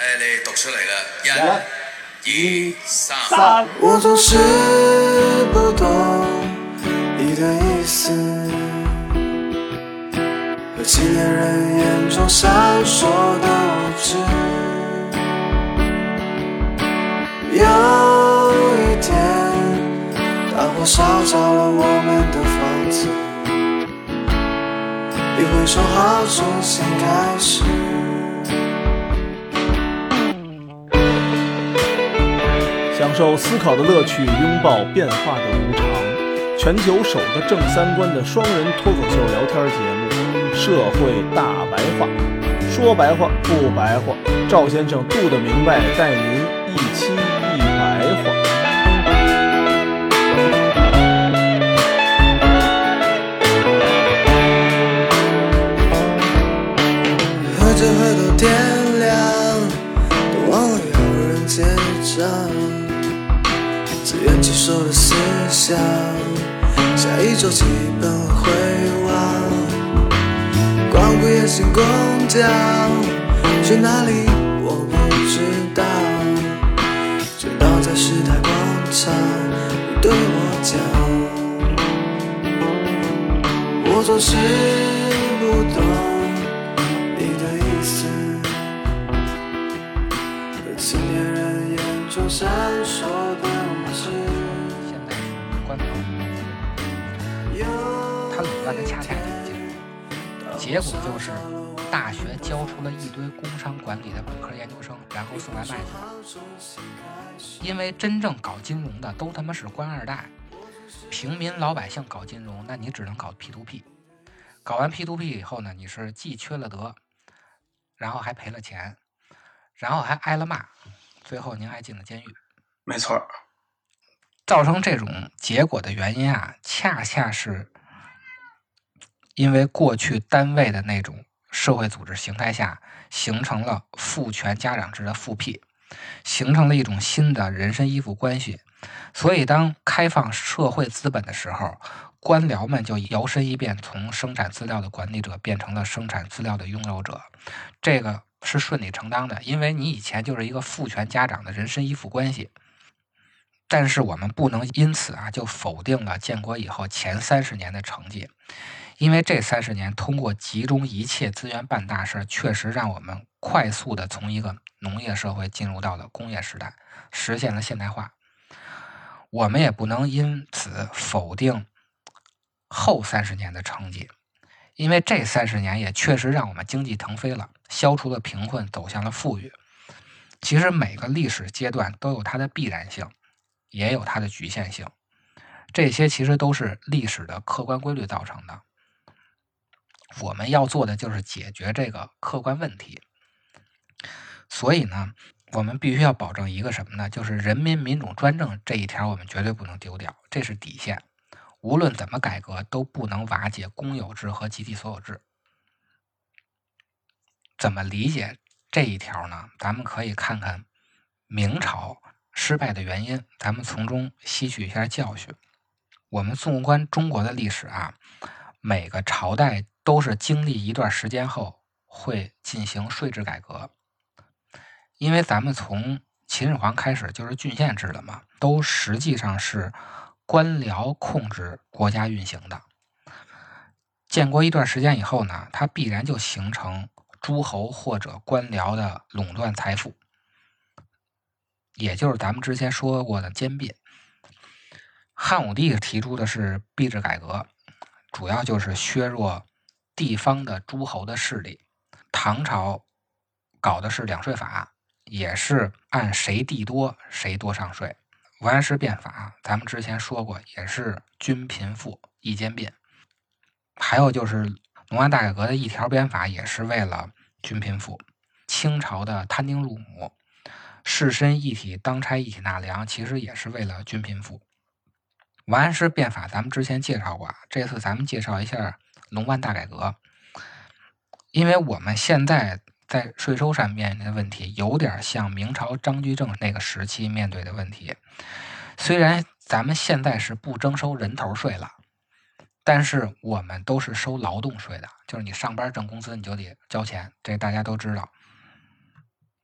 你讀出嚟啦，1、2、3。 我總是不懂你的意思，和青年人眼中閃爍的無知。有一天，大火燒着了我們的房子，你會說好重新開始。 享受思考的樂趣，擁抱變化的無常。全球首個正三觀的雙人脫口秀聊天節目《社會大白話》，說白話不白話，趙先生度得明白，帶您一期一白話。 喝着喝到天亮，都忘了有人結賬。自圓其說的思想，下一周基本會忘。光顧夜行公交，去哪裡我不知道。直到在時代廣場，你對我講，我總是不懂你的意思，和青年人眼中閃爍的無知。 现在官僚，他垄断的恰恰就是金融，结果就是大学教出了一堆工商管理的本科研究生，然后送外卖去了。因为真正搞金融的都他妈是官二代，平民老百姓搞金融，那你只能搞 P2P。搞完 P2P 以后呢，你是既缺了德，然后还赔了钱，然后还挨了骂，最后您还进了监狱。 没错。 造成这种结果的原因啊，恰恰是因为过去单位的那种社会组织形态下，形成了父权家长制的复辟，形成了一种新的人身依附关系。所以当开放社会资本的时候，官僚们就摇身一变，从生产资料的管理者变成了生产资料的拥有者。这个是顺理成章的，因为你以前就是一个父权家长的人身依附关系。但是我们不能因此就否定了建国以后前30年的成绩，因为这30年通过集中一切资源办大事，确实让我们快速的从一个农业社会进入到了工业时代，实现了现代化。我们也不能因此否定后30年的成绩，因为这30年也确实让我们经济腾飞了，消除了贫困，走向了富裕。其实每个历史阶段都有它的必然性，也有它的局限性，这些其实都是历史的客观规律造成的。我们要做的就是解决这个客观问题。所以呢，我们必须要保证一个什么呢？就是人民民主专政这一条我们绝对不能丢掉，这是底线。无论怎么改革都不能瓦解公有制和集体所有制。怎么理解这一条呢？咱们可以看看明朝失败的原因，咱们从中吸取一下教训。我们纵观中国的历史每个朝代都是经历一段时间后会进行税制改革。因为咱们从秦始皇开始就是郡县制了嘛，都实际上是官僚控制国家运行的。建国一段时间以后呢，它必然就形成诸侯或者官僚的垄断财富，也就是咱们之前说过的兼并。汉武帝提出的是币制改革，主要就是削弱地方的诸侯的势力。唐朝搞的是两税法，也是按谁地多谁多上税。王安石变法咱们之前说过，也是均贫富一兼并。还有就是农安大改革的一条鞭法，也是为了均贫富。清朝的摊丁入亩，士绅一体当差一体纳粮，其实也是为了均贫富。王安石变法咱们之前介绍过，这次咱们介绍一下农办大改革。因为我们现在在税收上面临的问题有点像明朝张居正那个时期面对的问题。虽然咱们现在是不征收人头税了，但是我们都是收劳动税的，就是你上班挣工资你就得交钱，这大家都知道。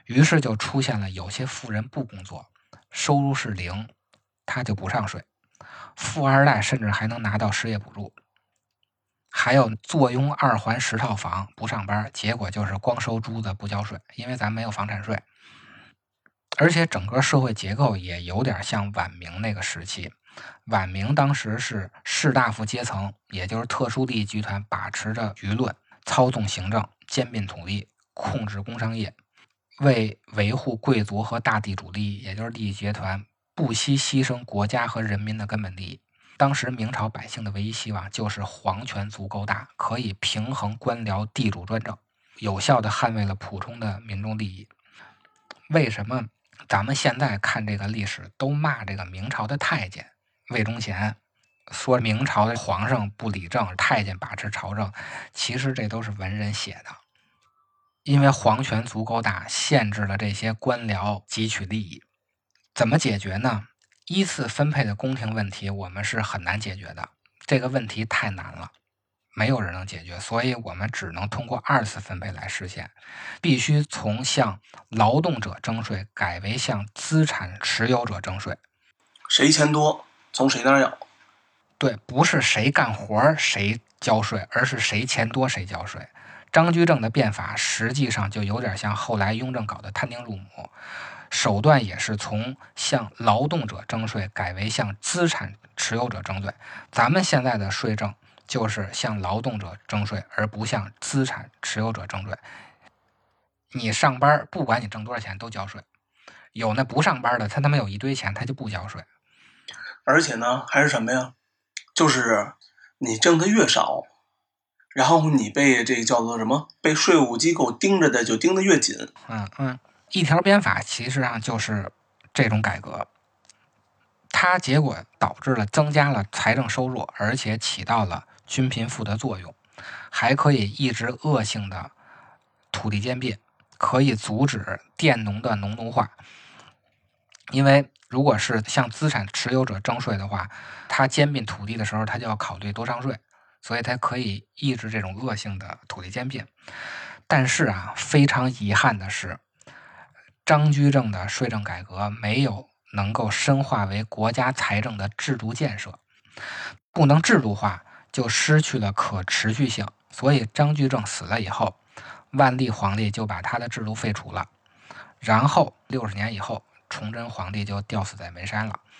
于是就出现了有些富人不工作，收入是0，他就不上税，富二代甚至还能拿到失业补助。还有坐拥2环10套房不上班，结果就是光收租子不交税，因为咱没有房产税。而且整个社会结构也有点像晚明那个时期。晚明当时是士大夫阶层，也就是特殊利益集团把持着舆论，操纵行政，兼并土地，控制工商业，为维护贵族和大地主利益，也就是利益集团，不惜牺牲国家和人民的根本利益。当时明朝百姓的唯一希望就是皇权足够大，可以平衡官僚地主专政，有效地捍卫了普通的民众利益。为什么咱们现在看这个历史都骂这个明朝的太监魏忠贤，说明朝的皇上不理政，太监把持朝政？其实这都是文人写的，因为皇权足够大，限制了这些官僚汲取利益。怎么解决呢？依次分配的宫廷问题我们是很难解决的，这个问题太难了，没有人能解决，所以我们只能通过2次分配来实现，必须从向劳动者征税改为向资产持有者征税。 谁钱多从谁那儿要。 对，不是谁干活谁交税，而是谁钱多谁交税。张居正的变法实际上就有点像后来雍正搞的摊丁入亩，手段也是从向劳动者征税改为向资产持有者征税。咱们现在的税政就是向劳动者征税，而不向资产持有者征税。你上班不管你挣多少钱都交税，有那不上班的他有一堆钱他就不交税。 而且呢还是什么呀，就是你挣的越少，然后你被这个叫做什么，被税务机构盯着的就盯得越紧。 一条鞭法其实上就是这种改革，它结果导致了增加了财政收入，而且起到了均贫富的作用，还可以抑制恶性的土地兼并，可以阻止佃农的农奴化。因为如果是向资产持有者征税的话，他兼并土地的时候他就要考虑多上税，所以它可以抑制这种恶性的土地兼并。但是非常遗憾的是，张居正的税政改革没有能够深化为国家财政的制度建设，不能制度化就失去了可持续性。所以张居正死了以后，万历皇帝就把他的制度废除了，然后60年以后崇祯皇帝就吊死在煤山了。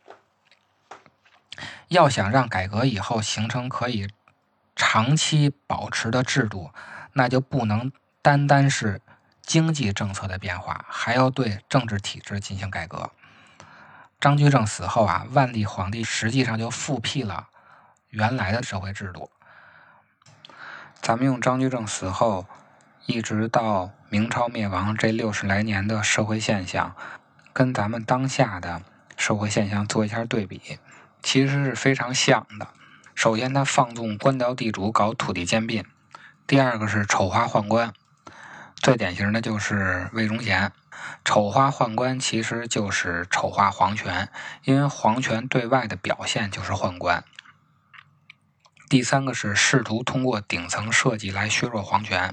要想让改革以后形成可以长期保持的制度，那就不能单单是经济政策的变化，还要对政治体制进行改革。张居正死后万历皇帝实际上就复辟了原来的社会制度。咱们用张居正死后一直到明朝灭亡这60来年的社会现象，跟咱们当下的社会现象做一下对比，其实是非常像的。首先他放纵官僚地主搞土地兼并，第二个是丑化宦官，最典型的就是魏忠贤。丑化宦官其实就是丑化皇权，因为皇权对外的表现就是宦官。第三个是试图通过顶层设计来削弱皇权。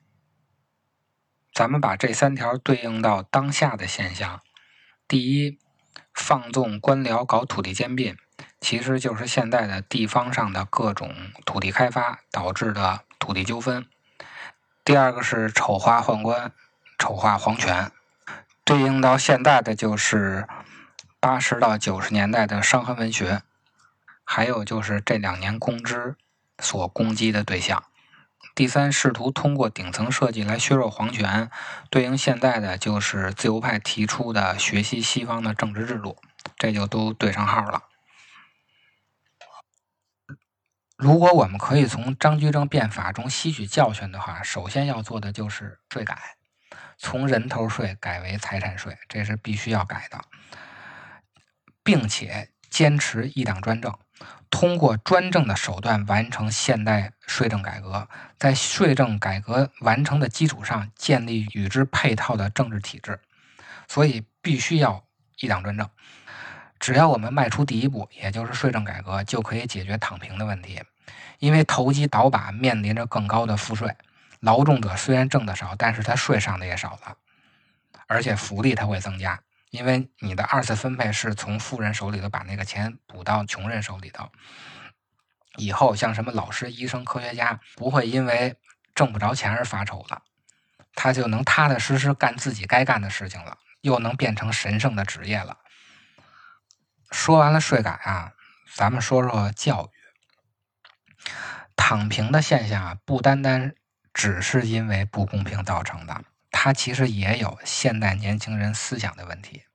咱们把这3条对应到当下的现象，第一，放纵官僚搞土地兼并，其实就是现在的地方上的各种土地开发导致的土地纠纷。第二个是丑化宦官，丑化皇权，对应到现在的就是80到90年代的伤痕文学，还有就是这2年公知所攻击的对象。第三，试图通过顶层设计来削弱皇权，对应现在的就是自由派提出的学习西方的政治制度，这就都对上号了。如果我们可以从张居正变法中吸取教训的话，首先要做的就是税改，从人头税改为财产税，这是必须要改的，并且坚持一党专政，通过专政的手段完成现代税政改革，在税政改革完成的基础上建立与之配套的政治体制，所以必须要一党专政。只要我们迈出第一步，也就是税政改革，就可以解决躺平的问题。因为投机倒把面临着更高的赋税，劳动者虽然挣得少，但是他税上的也少了。 而且福利它会增加，因为你的2次分配是从富人手里头把那个钱补到穷人手里头。以后像什么老师、医生、科学家不会因为挣不着钱而发愁了，他就能踏踏实实干自己该干的事情了，又能变成神圣的职业了。说完了税改啊，咱们说说教育。躺平的现象啊，不单单只是因为不公平造成的，它其实也有现代年轻人思想的问题。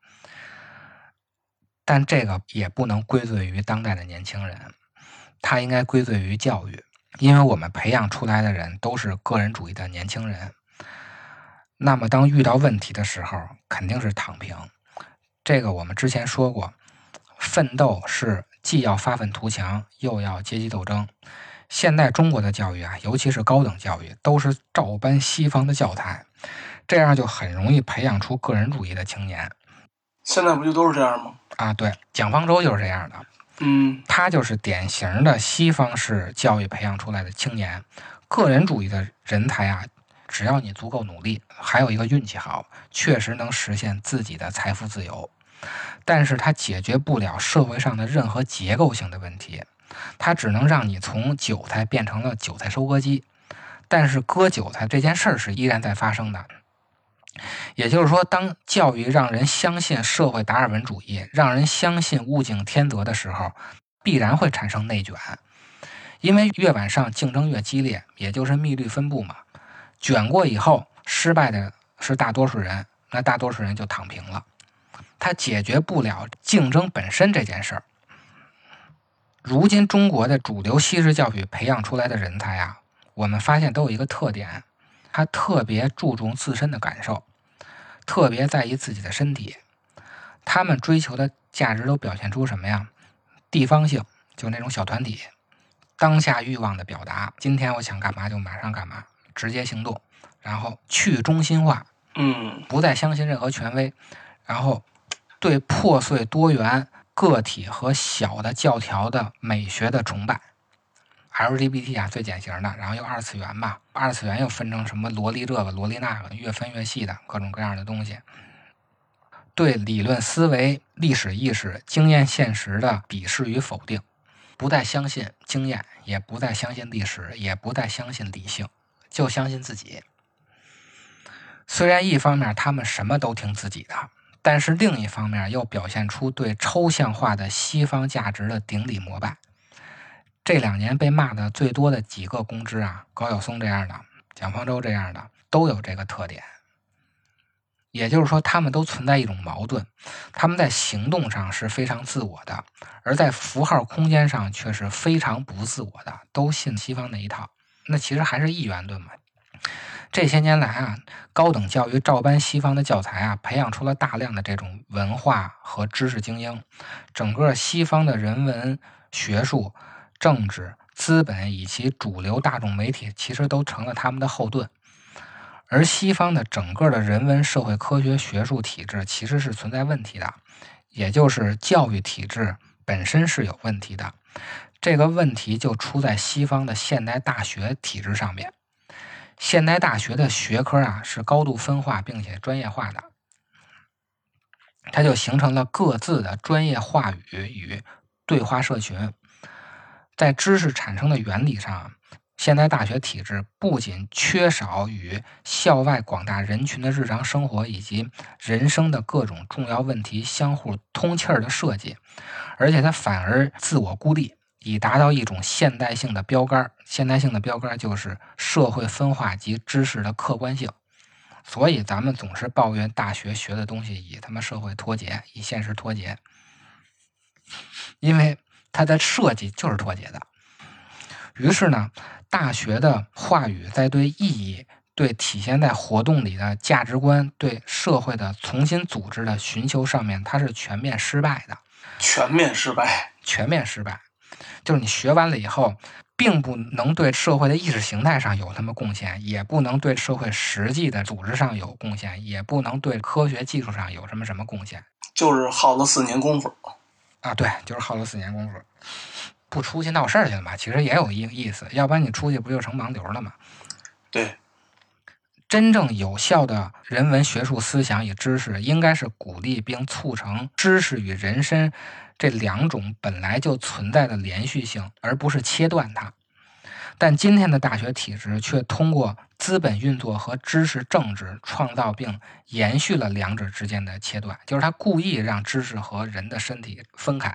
但这个也不能归罪于当代的年轻人，它应该归罪于教育，因为我们培养出来的人都是个人主义的年轻人。那么当遇到问题的时候，肯定是躺平。这个我们之前说过，奋斗是既要发愤图强，又要阶级斗争。现代中国的教育啊，尤其是高等教育，都是照搬西方的教材，这样就很容易培养出个人主义的青年。 现在不就都是这样吗？ 啊，对，蒋方舟就是这样的。他就是典型的西方式教育培养出来的青年。个人主义的人才啊，只要你足够努力，还有一个运气好，确实能实现自己的财富自由。但是它解决不了社会上的任何结构性的问题，它只能让你从韭菜变成了韭菜收割机。但是割韭菜这件事儿是依然在发生的。也就是说，当教育让人相信社会达尔文主义，让人相信物竞天择的时候，必然会产生内卷。因为越往上竞争越激烈，也就是密律分布嘛。卷过以后，失败的是大多数人，那大多数人就躺平了。它解决不了竞争本身这件事儿。如今中国的主流西式教育培养出来的人才啊，我们发现都有一个特点，他特别注重自身的感受，特别在意自己的身体。他们追求的价值都表现出什么呀？地方性，就那种小团体，当下欲望的表达，今天我想干嘛就马上干嘛，直接行动，然后去中心化，不再相信任何权威，然后对破碎多元个体和小的教条的美学的崇拜。LGBT 啊，最典型的，然后又二次元吧，二次元又分成什么萝莉这个萝莉那个，越分越细的各种各样的东西。对理论思维、历史意识、经验现实的鄙视与否定，不再相信经验，也不再相信历史，也不再相信理性，就相信自己。虽然一方面他们什么都听自己的，但是另一方面又表现出对抽象化的西方价值的顶礼膜拜。这2年被骂的最多的几个公知啊，高晓松这样的，蒋方舟这样的，都有这个特点。也就是说，他们都存在一种矛盾，他们在行动上是非常自我的，而在符号空间上却是非常不自我的，都信西方那一套。那其实还是一元论嘛。这些年来啊，高等教育照搬西方的教材啊，培养出了大量的这种文化和知识精英。整个西方的人文、学术、政治、资本以及主流大众媒体，其实都成了他们的后盾。而西方的整个的人文、社会科学、学术体制其实是存在问题的，也就是教育体制本身是有问题的。这个问题就出在西方的现代大学体制上面。现代大学的学科啊是高度分化并且专业化的，它就形成了各自的专业话语与对话社群。在知识产生的原理上，现代大学体制不仅缺少与校外广大人群的日常生活以及人生的各种重要问题相互通气儿的设计，而且它反而自我孤立，以达到一种现代性的标杆。现代性的标杆就是社会分化及知识的客观性。所以咱们总是抱怨大学学的东西与他们社会脱节，与现实脱节，因为它的设计就是脱节的。于是呢，大学的话语在对意义、对体现在活动里的价值观、对社会的重新组织的寻求上面，它是全面失败的。 全面失败， 就是你学完了以后，并不能对社会的意识形态上有什么贡献，也不能对社会实际的组织上有贡献，也不能对科学技术上有什么贡献， 就是耗了4年功夫啊！对，就是耗了4年功夫，不出去闹事儿去了嘛，其实也有意思，要不然你出去不就成盲流了吗？ 对， 真正有效的人文学术思想与知识，应该是鼓励并促成知识与人身这两种本来就存在的连续性，而不是切断它。但今天的大学体制却通过资本运作和知识政治创造并延续了两者之间的切断，就是他故意让知识和人的身体分开。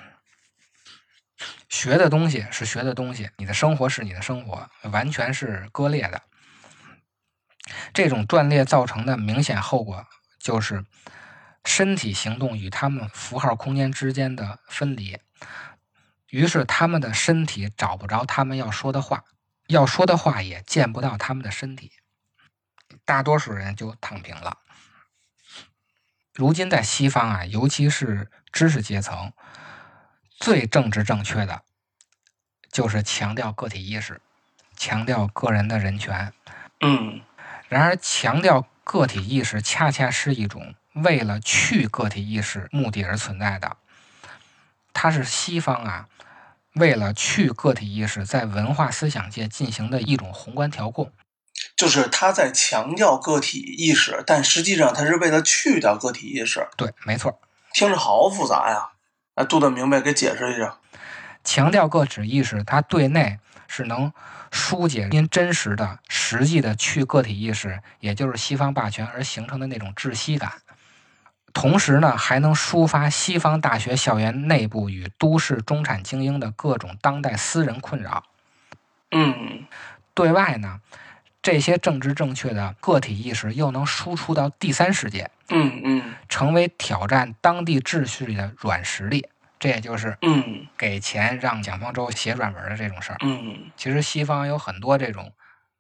学的东西是学的东西，你的生活是你的生活，完全是割裂的。这种断裂造成的明显后果就是身体行动与他们符号空间之间的分离，于是他们的身体找不着他们要说的话，要说的话也见不到他们的身体，大多数人就躺平了。如今在西方啊，尤其是知识阶层，最政治正确的就是强调个体意识，强调个人的人权。然而强调个体意识恰恰是一种为了去个体意识目的而存在的，它是西方啊为了去个体意识在文化思想界进行的一种宏观调控。 就是他在强调个体意识，但实际上他是为了去掉个体意识。 对，没错。 听着好复杂呀！杜德明白给解释一下。 强调个体意识，它对内是能疏解因真实的实际的去个体意识，也就是西方霸权而形成的那种窒息感，同时呢还能抒发西方大学校园内部与都市中产精英的各种当代私人困扰。对外呢，这些政治正确的个体意识又能输出到第三世界，成为挑战当地秩序的软实力。这也就是给钱让蒋方舟写软文的这种事儿。其实西方有很多这种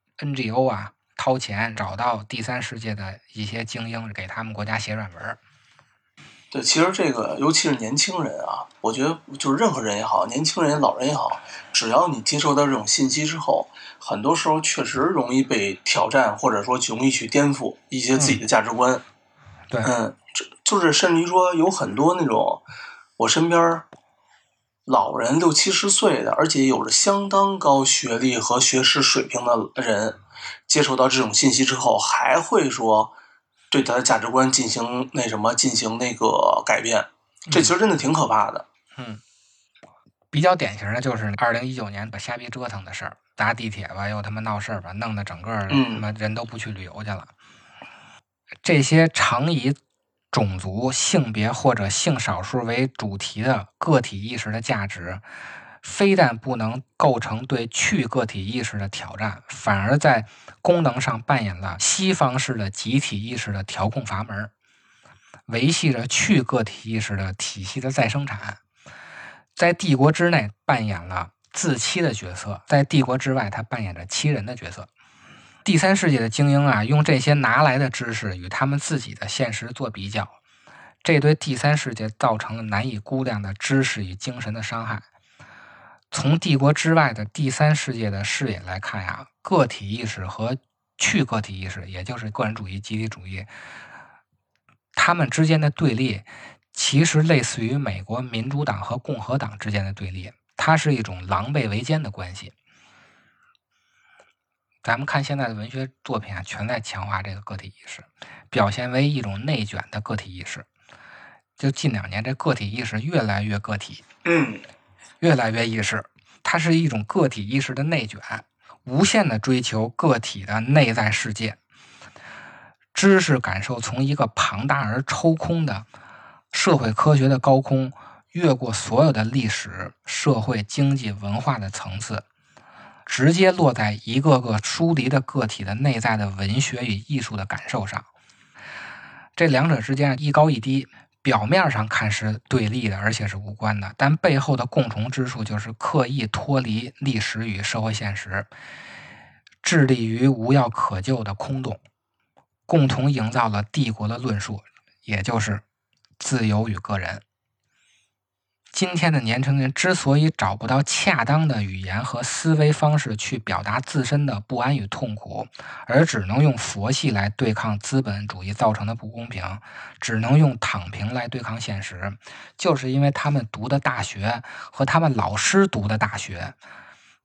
NGO 啊，掏钱找到第三世界的一些精英，给他们国家写软文。 对，其实这个尤其是年轻人啊，我觉得就是任何人也好，年轻人老人也好，只要你接受到这种信息之后，很多时候确实容易被挑战，或者说容易去颠覆一些自己的价值观。 对， 就是甚至于说有很多那种我身边老人60、70岁的，而且有着相当高学历和学识水平的人，接受到这种信息之后，还会说对他的价值观进行那个改变，这其实真的挺可怕的。 比较典型的就是2019年的瞎逼折腾的事儿，搭地铁吧又他妈闹事儿吧，弄得整个他妈人都不去旅游去了。这些常以种族、性别或者性少数为主题的个体意识的价值，非但不能构成对去个体意识的挑战，反而在功能上扮演了西方式的集体意识的调控阀门，维系着去个体意识的体系的再生产。在帝国之内扮演了自欺的角色，在帝国之外他扮演着欺人的角色。第三世界的精英啊，用这些拿来的知识与他们自己的现实做比较，这对第三世界造成了难以估量的知识与精神的伤害。从帝国之外的第三世界的视野来看呀，个体意识和去个体意识，也就是个人主义、集体主义，他们之间的对立其实类似于美国民主党和共和党之间的对立，它是一种狼狈为奸的关系。咱们看现在的文学作品啊，全在强化这个个体意识，表现为一种内卷的个体意识。就近2年，这个体意识越来越个体，越来越意识，它是一种个体意识的内卷，无限的追求个体的内在世界。知识感受从一个庞大而抽空的社会科学的高空，越过所有的历史、社会、经济、文化的层次，直接落在一个个疏离的个体的内在的文学与艺术的感受上。这两者之间一高一低，表面上看是对立的，而且是无关的，但背后的共同之处就是刻意脱离历史与社会现实，致力于无药可救的空洞，共同营造了帝国的论述，也就是自由与个人。今天的年轻人之所以找不到恰当的语言和思维方式去表达自身的不安与痛苦，而只能用佛系来对抗资本主义造成的不公平，只能用躺平来对抗现实，就是因为他们读的大学和他们老师读的大学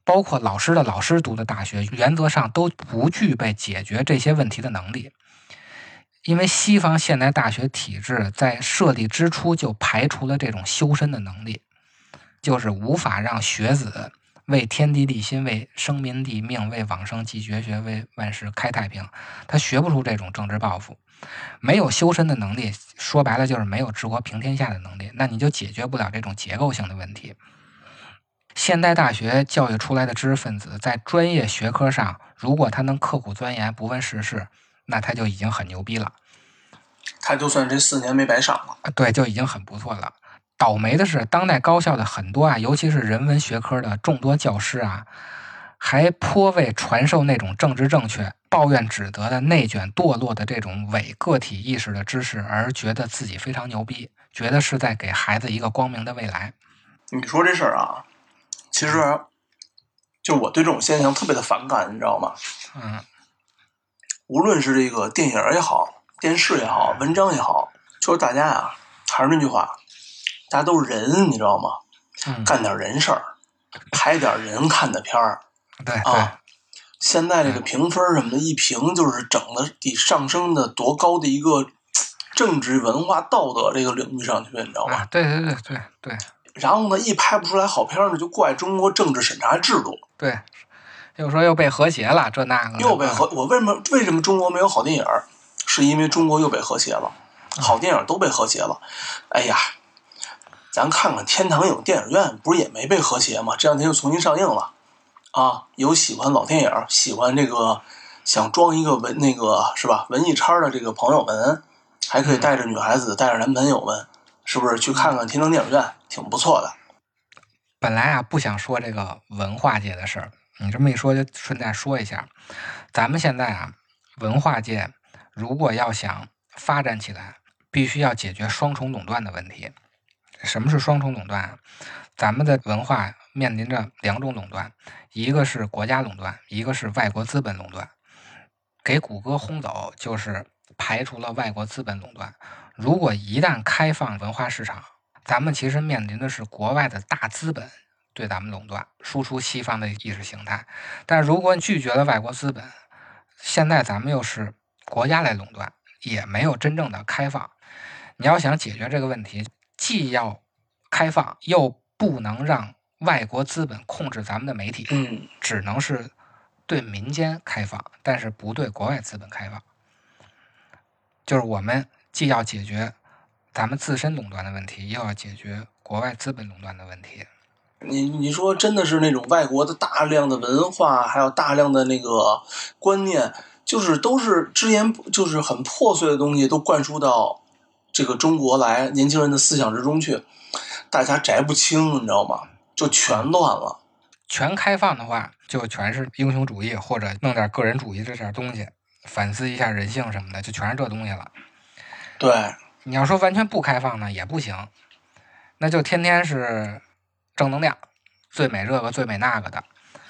包括老师的老师读的大学，原则上都不具备解决这些问题的能力。因为西方现代大学体制在设立之初就排除了这种修身的能力，就是无法让学子为天地立心，为生民立命，为往生继绝学，为万世开太平。他学不出这种政治抱负，没有修身的能力，说白了就是没有治国平天下的能力，那你就解决不了这种结构性的问题。现代大学教育出来的知识分子，在专业学科上，如果他能刻苦钻研，不问世事，那他就已经很牛逼了。 他就算这4年没白上了， 对，就已经很不错了。倒霉的是，当代高校的很多尤其是人文学科的众多教师还颇为传授那种政治正确、抱怨指责的内卷堕落的这种伪个体意识的知识，而觉得自己非常牛逼，觉得是在给孩子一个光明的未来。 你说这事儿其实就我对这种现象特别的反感，你知道吗？无论是这个电影也好，电视也好，文章也好，就是大家还是那句话，大家都是人，你知道吗？干点人事儿，拍点人看的片儿。 对现在这个评分什么的，一评就是整的得上升的多高的一个政治文化道德这个领域上去，你知道吗？ 对。 然后呢，一拍不出来好片呢，就怪中国政治审查制度。 对，又说又被和谐了，这那个又被我为什么中国没有好电影？是因为中国又被和谐了，好电影都被和谐了。哎呀，咱看看天堂影电影院不是也没被和谐吗？这两天又重新上映了有喜欢老电影，喜欢这个想装一个是吧文艺叉的这个朋友们，还可以带着女孩子带着男朋友们，是不是去看看天堂电影院，挺不错的。 本来不想说这个文化界的事儿，你这么一说就顺带说一下，咱们现在文化界如果要想发展起来，必须要解决双重垄断的问题。什么是双重垄断？咱们的文化面临着2种垄断，一个是国家垄断，一个是外国资本垄断。给谷歌轰走就是排除了外国资本垄断。如果一旦开放文化市场，咱们其实面临的是国外的大资本对咱们垄断，输出西方的意识形态。但如果拒绝了外国资本，现在咱们又是国家来垄断，也没有真正的开放。你要想解决这个问题，既要开放，又不能让外国资本控制咱们的媒体，只能是对民间开放，但是不对国外资本开放。就是我们既要解决咱们自身垄断的问题，又要解决国外资本垄断的问题。 你说真的是那种外国的大量的文化，还有大量的那个观念，就是都是只言，就是很破碎的东西，都灌输到这个中国来年轻人的思想之中去，大家摘不清，你知道吗？就全乱了。 全开放的话，就全是英雄主义或者弄点个人主义这点东西，反思一下人性什么的，就全是这东西了。 对， 你要说完全不开放呢，也不行，那就天天是正能量，最美这个最美那个的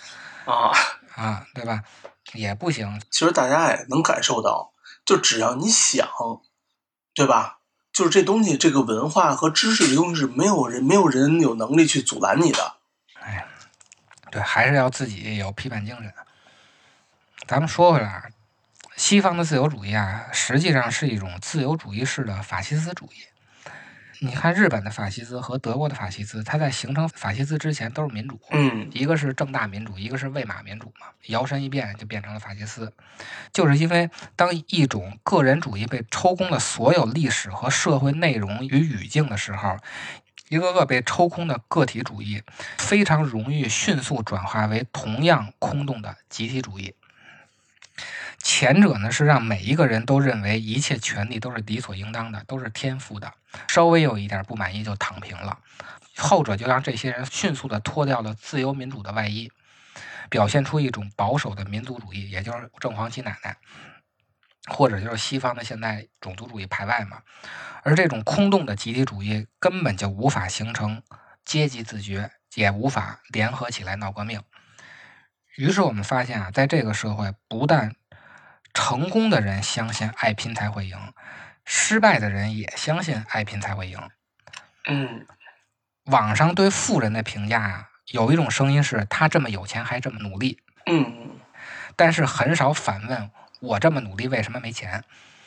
对吧？也不行。 其实大家也能感受到，就只要你想，对吧？就是这东西，这个文化和知识这东西是没有人有能力去阻拦你的。 对，还是要自己有批判精神。咱们说回来，西方的自由主义实际上是一种自由主义式的法西斯主义。你看日本的法西斯和德国的法西斯，它在形成法西斯之前都是民主，一个是正大民主，一个是魏玛民主嘛，摇身一变就变成了法西斯。就是因为当一种个人主义被抽空了所有历史和社会内容与语境的时候，一个个被抽空的个体主义非常容易迅速转化为同样空洞的集体主义。前者呢是让每一个人都认为一切权利都是理所应当的，都是天赋的，稍微有一点不满意就躺平了。后者就让这些人迅速地脱掉了自由民主的外衣，表现出一种保守的民族主义，也就是正黄旗奶奶，或者就是西方的现代种族主义排外嘛。而这种空洞的集体主义根本就无法形成阶级自觉，也无法联合起来闹革命。于是我们发现在这个社会，不但成功的人相信爱拼才会赢，失败的人也相信爱拼才会赢。网上对富人的评价有一种声音是他这么有钱还这么努力，但是很少反问我这么努力为什么没钱，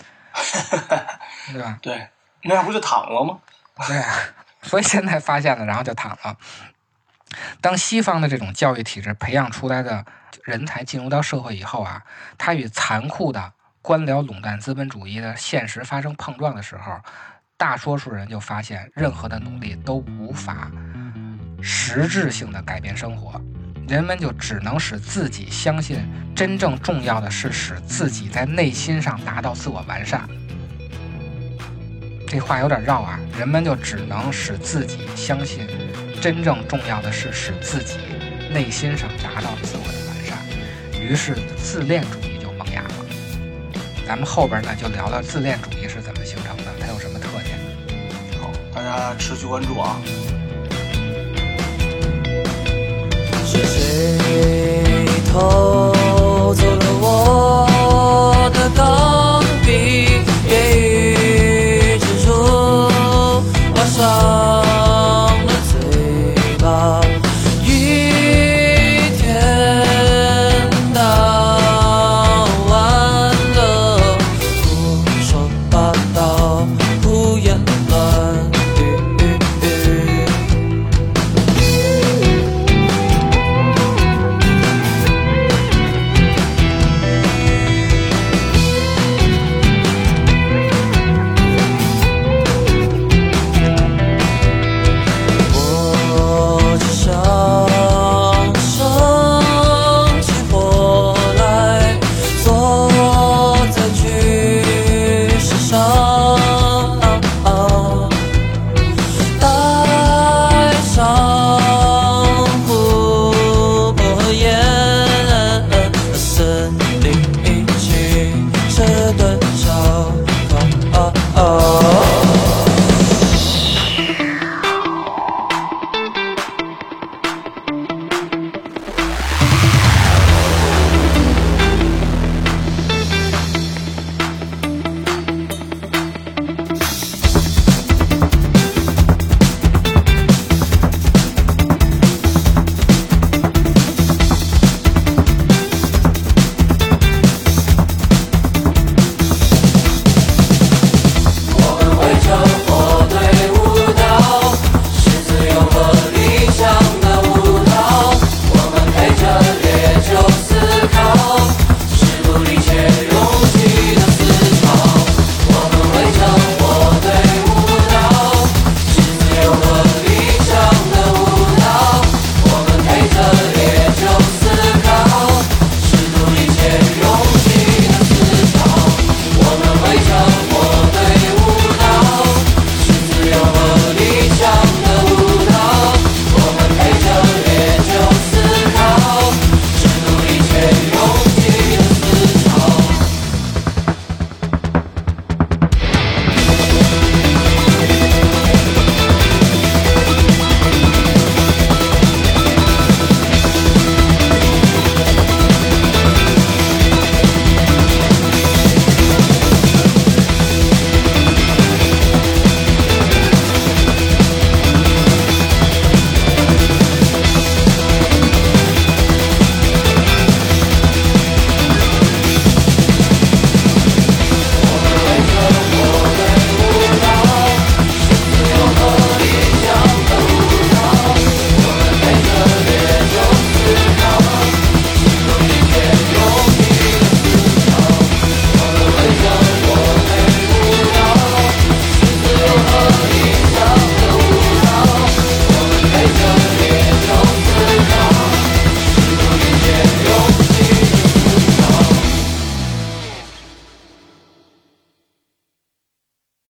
对吧？ 对，那样不就躺了吗？ 对啊，所以现在发现了，然后就躺了。当西方的这种教育体制培养出来的人才进入到社会以后啊，他与残酷的官僚垄断资本主义的现实发生碰撞的时候，大多数人就发现，任何的努力都无法实质性的改变生活，人们就只能使自己相信，真正重要的是使自己在内心上达到自我完善。这话有点绕啊，人们就只能使自己相信，真正重要的是使自己内心上达到自我的完善，于是自恋主义就萌芽了。咱们后边呢就聊聊自恋主义是怎么形成的，它有什么特点。 好，大家持续关注啊。 是谁偷走了